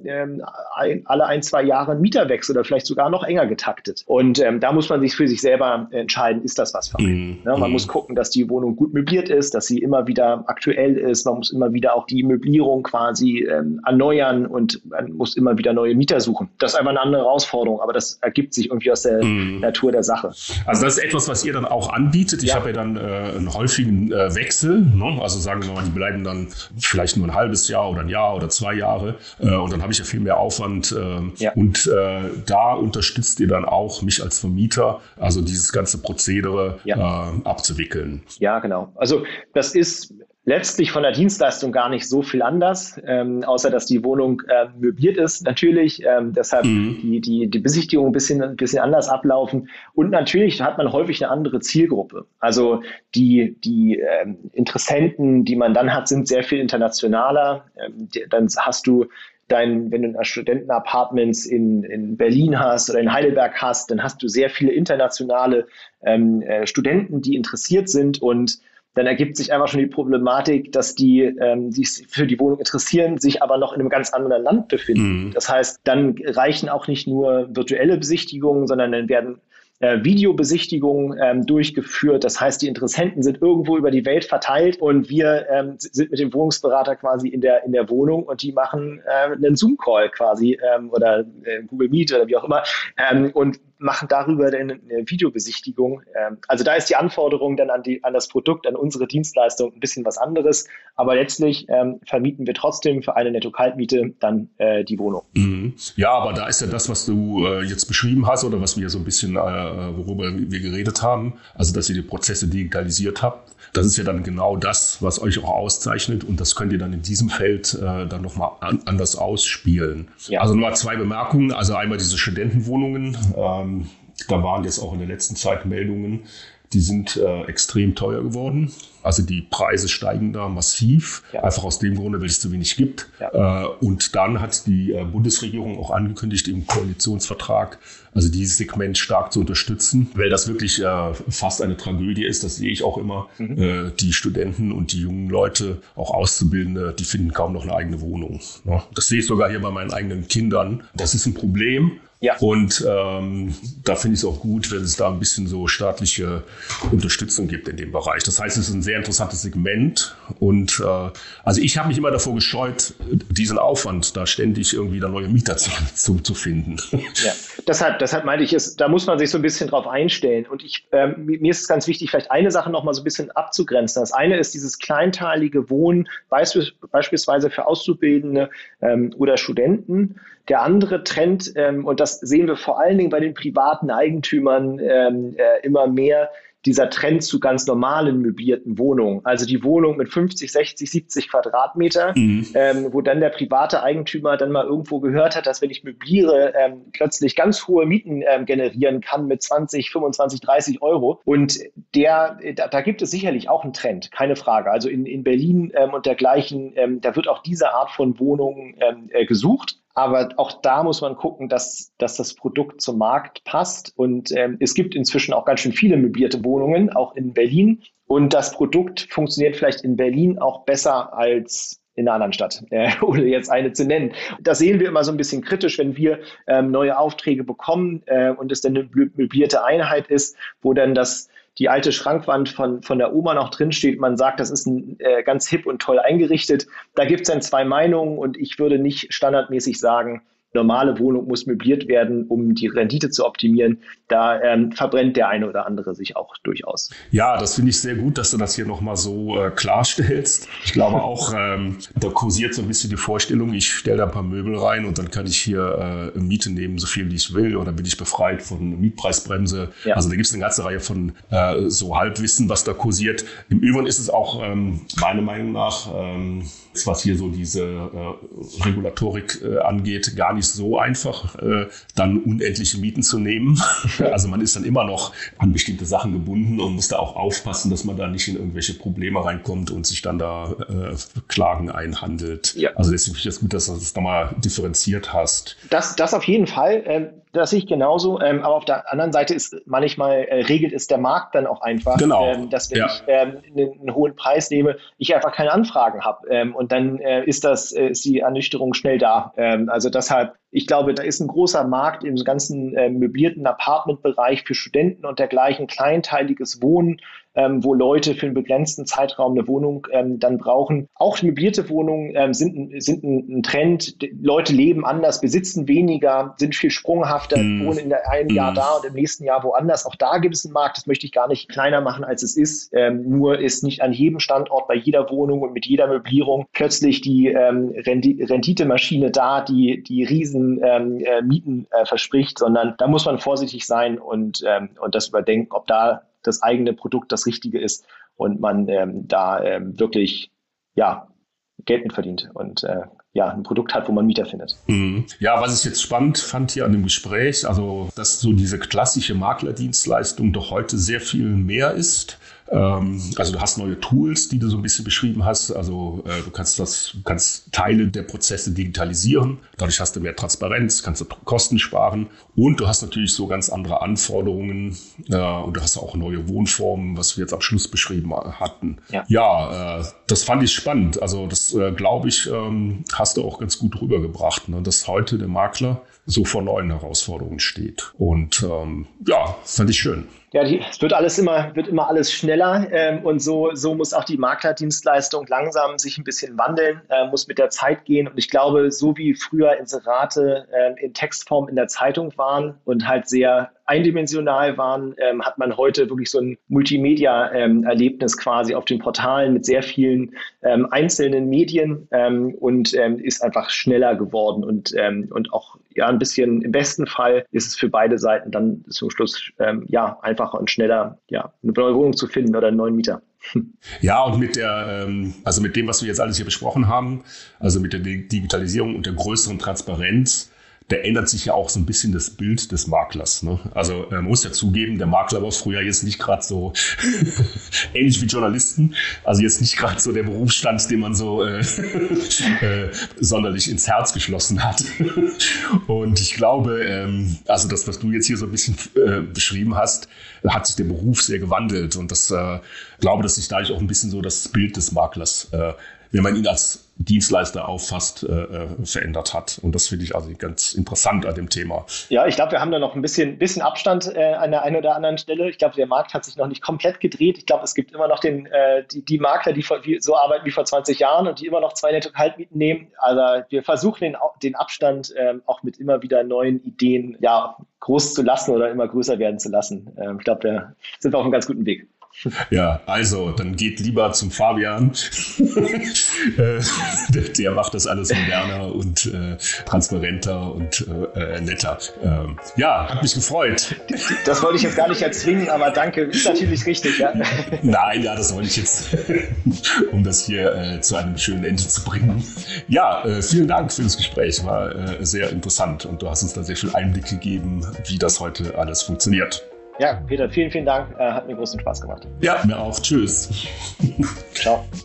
B: alle 1-2 Jahre einen Mieterwechsel oder vielleicht sogar noch enger getaktet? Und da muss man sich für sich selber entscheiden, ist das was für einen? Ne? Man muss gucken, dass die Wohnung gut möbliert ist, dass sie immer wieder aktuell ist. Man muss immer wieder auch die Möblierung quasi erneuern und man muss immer wieder neue Mieter suchen. Das ist einfach eine andere Herausforderung, aber das ergibt sich irgendwie aus der Natur der Sache.
A: Also das ist etwas, was ihr dann auch anbietet. Ich habe ja dann einen häufigen Wechsel. Ne? Also sagen wir mal, die bleiben dann vielleicht nur ein halbes Jahr oder ein Jahr oder 2 Jahre. Und dann habe ich ja viel mehr Aufwand. Und da unterstützt ihr dann auch mich als Vermieter, also dieses ganze Prozedere abzuwickeln.
B: Ja, genau. Also das ist letztlich von der Dienstleistung gar nicht so viel anders, außer dass die Wohnung möbliert ist, natürlich. Deshalb die Besichtigung ein bisschen anders ablaufen. Und natürlich hat man häufig eine andere Zielgruppe. Also die Interessenten, die man dann hat, sind sehr viel internationaler. Dann hast du wenn du Studentenapartments in Berlin hast oder in Heidelberg hast, dann hast du sehr viele internationale Studenten, die interessiert sind, und dann ergibt sich einfach schon die Problematik, dass die sich für die Wohnung interessieren, sich aber noch in einem ganz anderen Land befinden. Das heißt, dann reichen auch nicht nur virtuelle Besichtigungen, sondern dann werden Videobesichtigungen durchgeführt. Das heißt, die Interessenten sind irgendwo über die Welt verteilt und wir sind mit dem Wohnungsberater quasi in der Wohnung und die machen einen Zoom-Call quasi oder Google Meet oder wie auch immer und machen darüber eine Videobesichtigung. Also da ist die Anforderung dann an das Produkt, an unsere Dienstleistung ein bisschen was anderes. Aber letztlich vermieten wir trotzdem für eine Netto-Kaltmiete dann die Wohnung.
A: Ja, aber da ist ja das, was du jetzt beschrieben hast oder was wir so ein bisschen, worüber wir geredet haben, also dass ihr die Prozesse digitalisiert habt. Das ist ja dann genau das, was euch auch auszeichnet, und das könnt ihr dann in diesem Feld dann nochmal anders ausspielen. Ja. Also nochmal 2 Bemerkungen. Also einmal diese Studentenwohnungen. Da waren jetzt auch in der letzten Zeit Meldungen, die sind extrem teuer geworden. Also die Preise steigen da massiv, einfach aus dem Grunde, weil es zu wenig gibt. Ja. Und dann hat die Bundesregierung auch angekündigt im Koalitionsvertrag, also dieses Segment stark zu unterstützen, weil das wirklich fast eine Tragödie ist. Das sehe ich auch immer. Die Studenten und die jungen Leute, auch Auszubildende, die finden kaum noch eine eigene Wohnung. Ne? Das sehe ich sogar hier bei meinen eigenen Kindern. Das ist ein Problem. Ja. Und da finde ich es auch gut, wenn es da ein bisschen so staatliche Unterstützung gibt in dem Bereich. Das heißt, es ist ein sehr interessantes Segment. Und also ich habe mich immer davor gescheut, diesen Aufwand, da ständig irgendwie da neue Mieter zu finden.
B: Ja, deshalb meinte ich, da muss man sich so ein bisschen drauf einstellen. Und mir ist es ganz wichtig, vielleicht eine Sache noch mal so ein bisschen abzugrenzen. Das eine ist dieses kleinteilige Wohnen, beispielsweise für Auszubildende oder Studenten. Der andere Trend, und das sehen wir vor allen Dingen bei den privaten Eigentümern immer mehr, dieser Trend zu ganz normalen möblierten Wohnungen. Also die Wohnung mit 50, 60, 70 Quadratmeter, wo dann der private Eigentümer dann mal irgendwo gehört hat, dass wenn ich möbliere, plötzlich ganz hohe Mieten generieren kann mit 20, 25, 30 Euro. Und da gibt es sicherlich auch einen Trend, keine Frage. Also in Berlin und dergleichen, da wird auch diese Art von Wohnungen gesucht. Aber auch da muss man gucken, dass das Produkt zum Markt passt. Und es gibt inzwischen auch ganz schön viele möblierte Wohnungen, auch in Berlin. Und das Produkt funktioniert vielleicht in Berlin auch besser als in einer anderen Stadt, ohne jetzt eine zu nennen. Das sehen wir immer so ein bisschen kritisch, wenn wir neue Aufträge bekommen und es dann eine möblierte Einheit ist, wo dann die alte Schrankwand von der Oma noch drinsteht. Man sagt, das ist ganz hip und toll eingerichtet. Da gibt es dann zwei Meinungen und ich würde nicht standardmäßig sagen, normale Wohnung muss möbliert werden, um die Rendite zu optimieren. Da verbrennt der eine oder andere sich auch durchaus.
A: Ja, das finde ich sehr gut, dass du das hier nochmal so klarstellst. Ich glaube auch, da kursiert so ein bisschen die Vorstellung, ich stelle da ein paar Möbel rein und dann kann ich hier Miete nehmen, so viel wie ich will, oder bin ich befreit von Mietpreisbremse. Ja. Also da gibt es eine ganze Reihe von so Halbwissen, was da kursiert. Im Übrigen ist es auch meiner Meinung nach, was hier so diese Regulatorik angeht, gar nicht so einfach, dann unendliche Mieten zu nehmen. Also man ist dann immer noch an bestimmte Sachen gebunden und muss da auch aufpassen, dass man da nicht in irgendwelche Probleme reinkommt und sich dann da Klagen einhandelt. Ja. Also deswegen finde ich das gut, dass du das nochmal differenziert hast.
B: Das auf jeden Fall. Das sehe ich genauso. Aber auf der anderen Seite ist manchmal regelt es der Markt dann auch einfach, dass wenn ich einen hohen Preis nehme, ich einfach keine Anfragen habe. Und dann ist die Ernüchterung schnell da. Also deshalb, ich glaube, da ist ein großer Markt im ganzen möblierten Apartmentbereich für Studenten und dergleichen, kleinteiliges Wohnen, wo Leute für einen begrenzten Zeitraum eine Wohnung dann brauchen. Auch möblierte Wohnungen sind ein Trend. Die Leute leben anders, besitzen weniger, sind viel sprunghafter, wohnen in einem Jahr da und im nächsten Jahr woanders. Auch da gibt es einen Markt, das möchte ich gar nicht kleiner machen, als es ist. Nur ist nicht an jedem Standort, bei jeder Wohnung und mit jeder Möblierung plötzlich die Renditemaschine da, die riesen Mieten verspricht, sondern da muss man vorsichtig sein und das überdenken, ob da das eigene Produkt das Richtige ist und man wirklich Geld mit verdient und ein Produkt hat, wo man Mieter findet.
A: Ja, was ich jetzt spannend fand hier an dem Gespräch, also dass so diese klassische Maklerdienstleistung doch heute sehr viel mehr ist. Also du hast neue Tools, die du so ein bisschen beschrieben hast. Also du kannst Teile der Prozesse digitalisieren. Dadurch hast du mehr Transparenz, kannst du Kosten sparen. Und du hast natürlich so ganz andere Anforderungen. Und du hast auch neue Wohnformen, was wir jetzt am Schluss beschrieben hatten. Ja, das fand ich spannend. Also das, glaube ich, hast du auch ganz gut rübergebracht, ne? Dass heute der Makler so vor neuen Herausforderungen steht. Und fand ich schön.
B: Ja, es wird immer alles schneller und so muss auch die Maklerdienstleistung langsam sich ein bisschen wandeln, muss mit der Zeit gehen. Und ich glaube, so wie früher Inserate in Textform in der Zeitung waren und halt sehr eindimensional waren, hat man heute wirklich so ein Multimedia-Erlebnis quasi auf den Portalen mit sehr vielen einzelnen Medien und ist einfach schneller geworden und auch ein bisschen, im besten Fall ist es für beide Seiten dann zum Schluss einfacher und schneller eine neue Wohnung zu finden oder einen neuen Mieter.
A: Ja, und mit dem, was wir jetzt alles hier besprochen haben, also mit der Digitalisierung und der größeren Transparenz, da ändert sich ja auch so ein bisschen das Bild des Maklers. Ne? Also man muss ja zugeben, der Makler war früher jetzt nicht gerade so ähnlich wie Journalisten, also jetzt nicht gerade so der Berufsstand, den man so sonderlich ins Herz geschlossen hat. Und ich glaube, also das, was du jetzt hier so ein bisschen beschrieben hast, hat sich der Beruf sehr gewandelt. Und das glaube, dass sich dadurch auch ein bisschen so das Bild des Maklers, wenn man ihn als Dienstleister auffasst, verändert hat. Und das finde ich also ganz interessant an dem Thema.
B: Ja, ich glaube, wir haben da noch ein bisschen Abstand an der einen oder anderen Stelle. Ich glaube, der Markt hat sich noch nicht komplett gedreht. Ich glaube, es gibt immer noch die Makler, die so arbeiten wie vor 20 Jahren und die immer noch 2 Netto-Kaltmieten nehmen. Also wir versuchen den Abstand auch mit immer wieder neuen Ideen groß zu lassen oder immer größer werden zu lassen. Ich glaube, da sind wir auf einem ganz guten Weg.
A: Ja, also, dann geht lieber zum Fabian. Der macht das alles moderner und transparenter und netter. Ja, hat mich gefreut.
B: Das wollte ich jetzt gar nicht erzwingen, aber danke, ist natürlich richtig. Ja?
A: Nein, ja, das wollte ich jetzt, um das hier zu einem schönen Ende zu bringen. Ja, vielen Dank für das Gespräch, war sehr interessant und du hast uns da sehr viel Einblick gegeben, wie das heute alles funktioniert.
B: Ja, Peter, vielen, vielen Dank. Hat mir großen Spaß gemacht.
A: Ja, mir auch. Tschüss.
B: Ciao.